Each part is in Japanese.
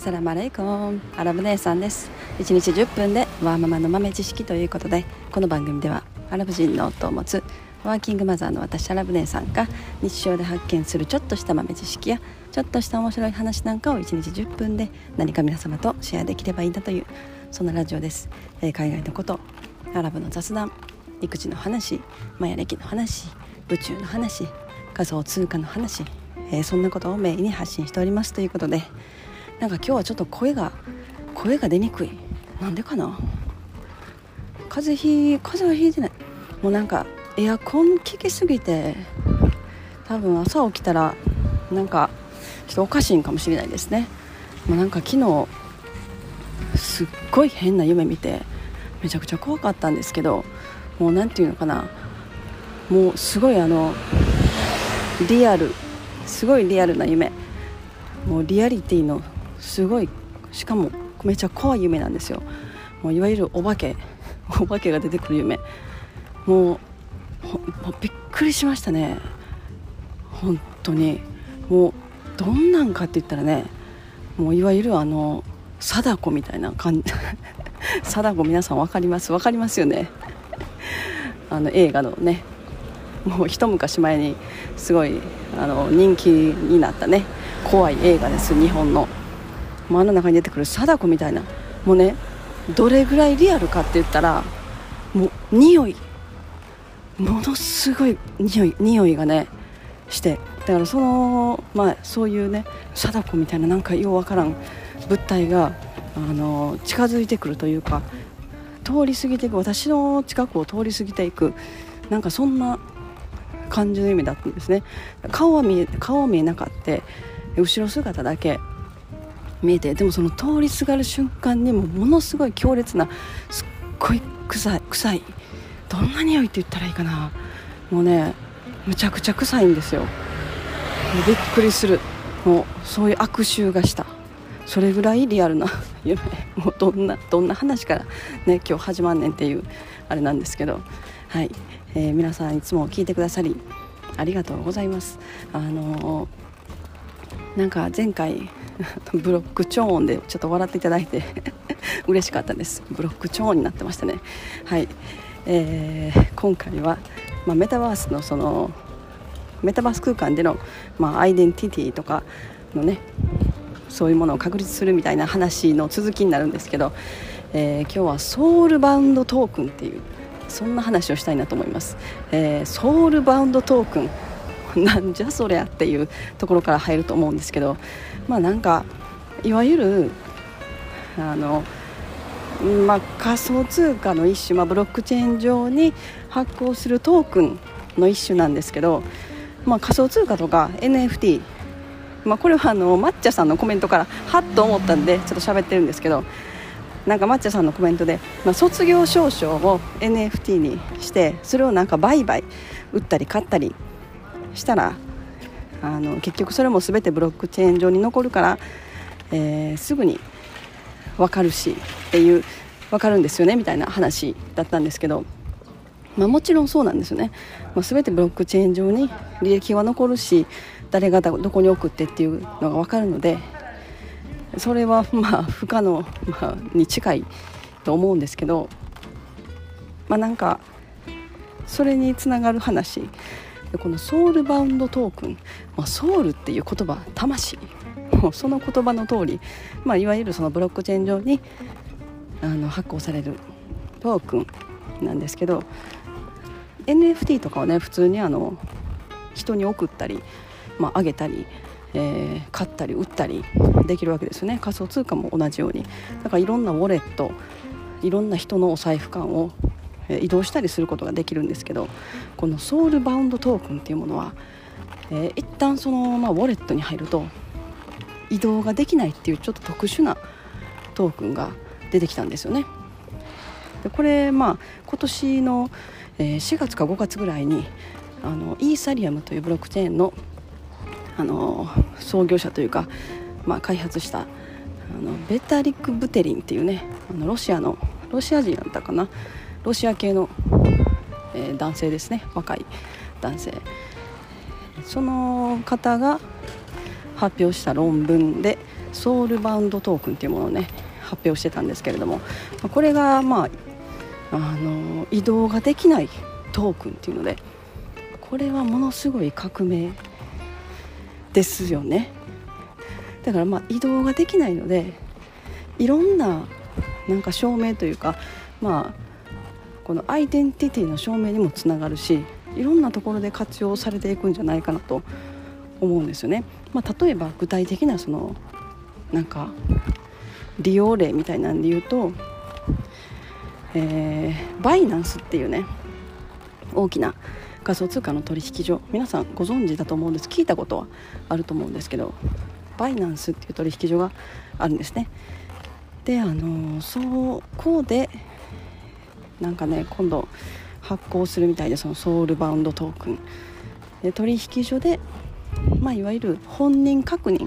サラムアレイコン、アラブ姉さんです。1日10分でワーママの豆知識ということで、この番組ではアラブ人の夫を持つワーキングマザーの私アラブ姉さんが日常で発見するちょっとした豆知識やちょっとした面白い話なんかを1日10分で何か皆様とシェアできればいいんだという、そんなラジオです。海外のこと、アラブの雑談、育児の話、マヤ歴の話、宇宙の話、仮想通貨の話、そんなことをメインに発信しておりますということで、なんか今日はちょっと声が出にくい。なんでかな。風邪はひいてない。もうなんかエアコン効きすぎて、多分朝起きたらなんかちょっとおかしいんかもしれないですね。もうなんか昨日すっごい変な夢見てめちゃくちゃ怖かったんですけど、もうなんていうのかな、もうすごいすごいリアルな夢、もうリアリティのすごい、しかもめっちゃ怖い夢なんですよ。もういわゆるお化けが出てくる夢。もうびっくりしましたね。本当にもうどんなんかって言ったらね、もういわゆる貞子みたいな感じ貞子、皆さんわかりますよね。映画のね、もう一昔前にすごい人気になったね、怖い映画です。日本のもう中に出てくる貞子みたいな、もうね、どれぐらいリアルかって言ったら、もうものすごい匂いがねして、だからそういうね、貞子みたいななんかようわからん物体が近づいてくるというか、通り過ぎていく、私の近くを通り過ぎていく、なんかそんな感じの夢だったんですね。顔は見えなかった、後ろ姿だけ見えて、でもその通りすがる瞬間にものすごい強烈な、すっごい臭い、どんな匂いって言ったらいいかな、もうね、むちゃくちゃ臭いんですよ。もうびっくりする。もうそういう悪臭がした。それぐらいリアルな夢。もうどんな話からね今日始まんねんっていうあれなんですけど、はい、皆さんいつも聞いてくださりありがとうございます。なんか前回ブロック超音でちょっと笑っていただいて嬉しかったです。ブロック超音になってましたね。はい、今回は、メタバース空間での、アイデンティティとかのね、そういうものを確立するみたいな話の続きになるんですけど、今日はソウルバウンドトークンっていう、そんな話をしたいなと思います。ソウルバウンドトークンなんじゃそりゃっていうところから入ると思うんですけど、なんかいわゆる仮想通貨の一種、ブロックチェーン上に発行するトークンの一種なんですけど、仮想通貨とか NFT、これは抹茶さんのコメントからはっと思ったんでちょっと喋ってるんですけど、なんか抹茶さんのコメントで、卒業証書を NFT にして、それをなんか売買売ったり買ったりしたら結局それも全てブロックチェーン上に残るから、すぐに分かるしっていう、分かるんですよねみたいな話だったんですけど、もちろんそうなんですよね。全てブロックチェーン上に履歴は残るし、誰がどこに送ってっていうのが分かるので、それは不可能、に近いと思うんですけど、なんかそれにつながる話で、このソウルバウンドトークン、ソウルっていう言葉、魂、もうその言葉の通り、いわゆるそのブロックチェーン上に発行されるトークンなんですけど、 NFT とかはね、普通に人に送ったり、あげたり、買ったり売ったりできるわけですよね。仮想通貨も同じように、だからいろんなウォレット、いろんな人のお財布間を移動したりすることができるんですけど、このソウルバウンドトークンっていうものは、一旦その、ウォレットに入ると移動ができないっていう、ちょっと特殊なトークンが出てきたんですよね。でこれ今年の4月か5月ぐらいにイーサリアムというブロックチェーンの創業者というか、開発したベタリック・ブテリンっていうね、ロシア人だったかな、ロシア系の、男性ですね、若い男性、その方が発表した論文でソウルバウンドトークンっていうものをね発表してたんですけれども、これが移動ができないトークンっていうので、これはものすごい革命ですよね。だから移動ができないので、いろんな証明というか、このアイデンティティの証明にもつながるし、いろんなところで活用されていくんじゃないかなと思うんですよね。例えば具体的な利用例みたいなんで言うと、バイナンスっていうね大きな仮想通貨の取引所、皆さんご存知だと思うんです。聞いたことはあると思うんですけど、バイナンスっていう取引所があるんですね。でそこで今度発行するみたいで、そのソウルバウンドトークンで取引所で、いわゆる本人確認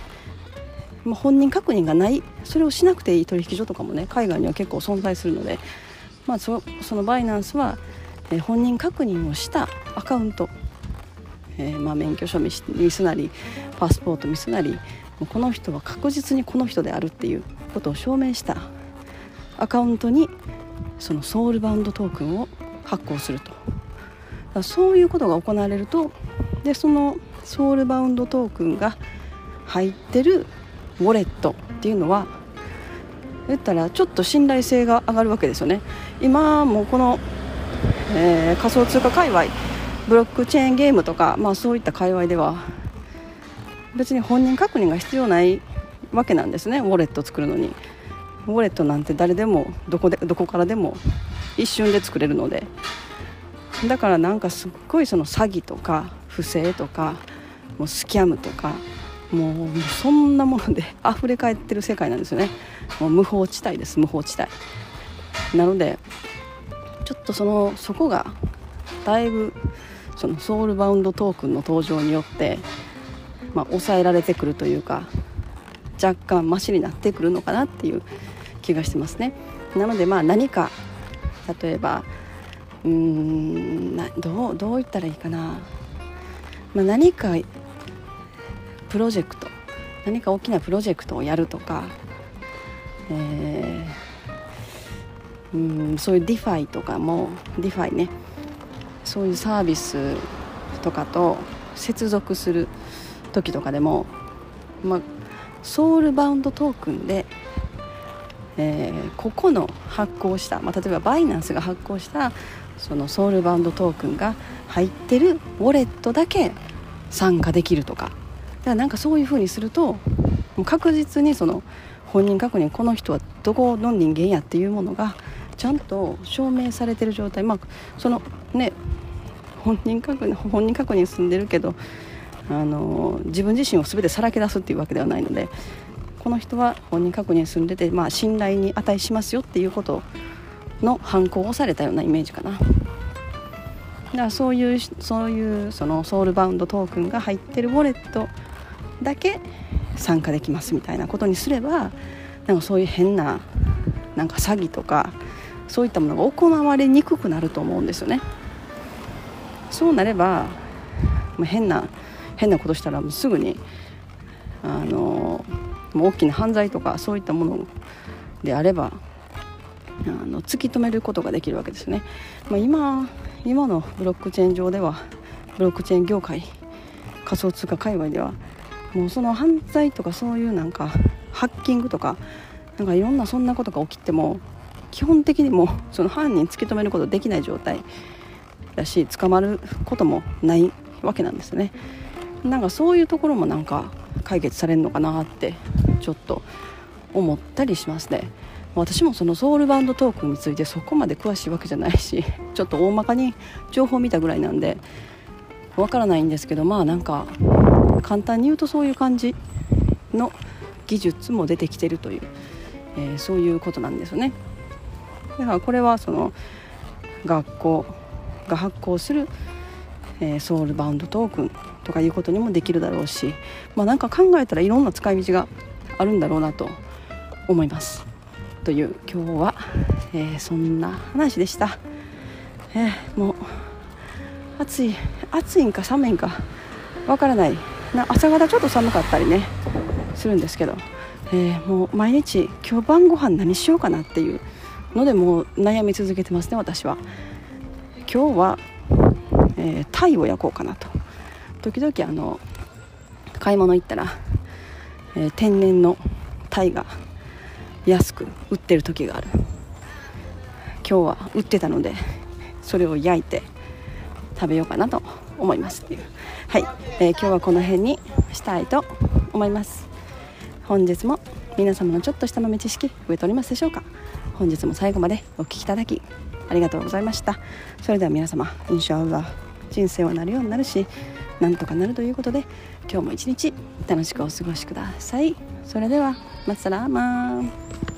がない、それをしなくていい取引所とかもね海外には結構存在するので、そのバイナンスは、本人確認をしたアカウント、免許証見すなりパスポート見すなり、もうこの人は確実にこの人であるっていうことを証明したアカウントにそのソウルバウンドトークンを発行すると。だからそういうことが行われると、でそのソウルバウンドトークンが入ってるウォレットっていうのは言ったらちょっと信頼性が上がるわけですよね。今もうこの、仮想通貨界隈、ブロックチェーンゲームとか、そういった界隈では別に本人確認が必要ないわけなんですね。ウォレット作るのに、ウォレットなんて誰でもどこからでも一瞬で作れるので、だからすっごいその詐欺とか不正とかもうスキャムとかもうそんなもので溢れ返ってる世界なんですよね。もう無法地帯です。無法地帯なので、ちょっとそこがだいぶそのソウルバウンドトークンの登場によって抑えられてくるというか、若干マシになってくるのかなっていう気がしてますね。なので何か例えばどう言ったらいいかな、何かプロジェクト、何か大きなプロジェクトをやるとか、そういうディファイとかもディファイね、そういうサービスとかと接続する時とかでも、ソウルバウンドトークンで、ここの発行した、例えばバイナンスが発行したそのソウルバウンドトークンが入ってるウォレットだけ参加できるとか、だからそういう風にするともう確実にその本人確認、この人はどこの人間やっていうものがちゃんと証明されてる状態、そのね本人確認済んでるけど自分自身を全てさらけ出すっていうわけではないので、この人は本人確認済んでて、信頼に値しますよっていうことの反抗をされたようなイメージかな。だからそういうそのソウルバウンドトークンが入ってるウォレットだけ参加できますみたいなことにすれば、そういう変な詐欺とかそういったものが行われにくくなると思うんですよね。そうなれば変なことしたらもうすぐにもう大きな犯罪とかそういったものであれば突き止めることができるわけですね。今のブロックチェーン上では、ブロックチェーン業界、仮想通貨界隈ではもうその犯罪とかそういうハッキングとかいろんなそんなことが起きても基本的にもその犯人突き止めることできない状態だし、捕まることもないわけなんですね。そういうところも解決されるのかなってちょっと思ったりしますね。私もそのソウルバウンドトークンについてそこまで詳しいわけじゃないし、ちょっと大まかに情報を見たぐらいなんでわからないんですけど、簡単に言うとそういう感じの技術も出てきているという、そういうことなんですよね。だからこれはその学校が発行する、ソウルバウンドトークンとかいうことにもできるだろうし、考えたらいろんな使い道があるんだろうなと思いますという今日は、そんな話でした。もう暑いんか寒いんかわからない朝方ちょっと寒かったりねするんですけど、 もう毎日今日晩ご飯何しようかなっていうのでもう悩み続けてますね。私は今日は、鯛を焼こうかなと。時々買い物行ったら、天然の鯛が安く売ってる時がある。今日は売ってたのでそれを焼いて食べようかなと思いますっていう。はい、今日はこの辺にしたいと思います。本日も皆様のちょっとした豆知識増えておりますでしょうか。本日も最後までお聞きいただきありがとうございました。それでは皆様、インシャアラー、人生はなるようになるしなんとかなるということで、今日も一日楽しくお過ごしください。それではマッサラーマー。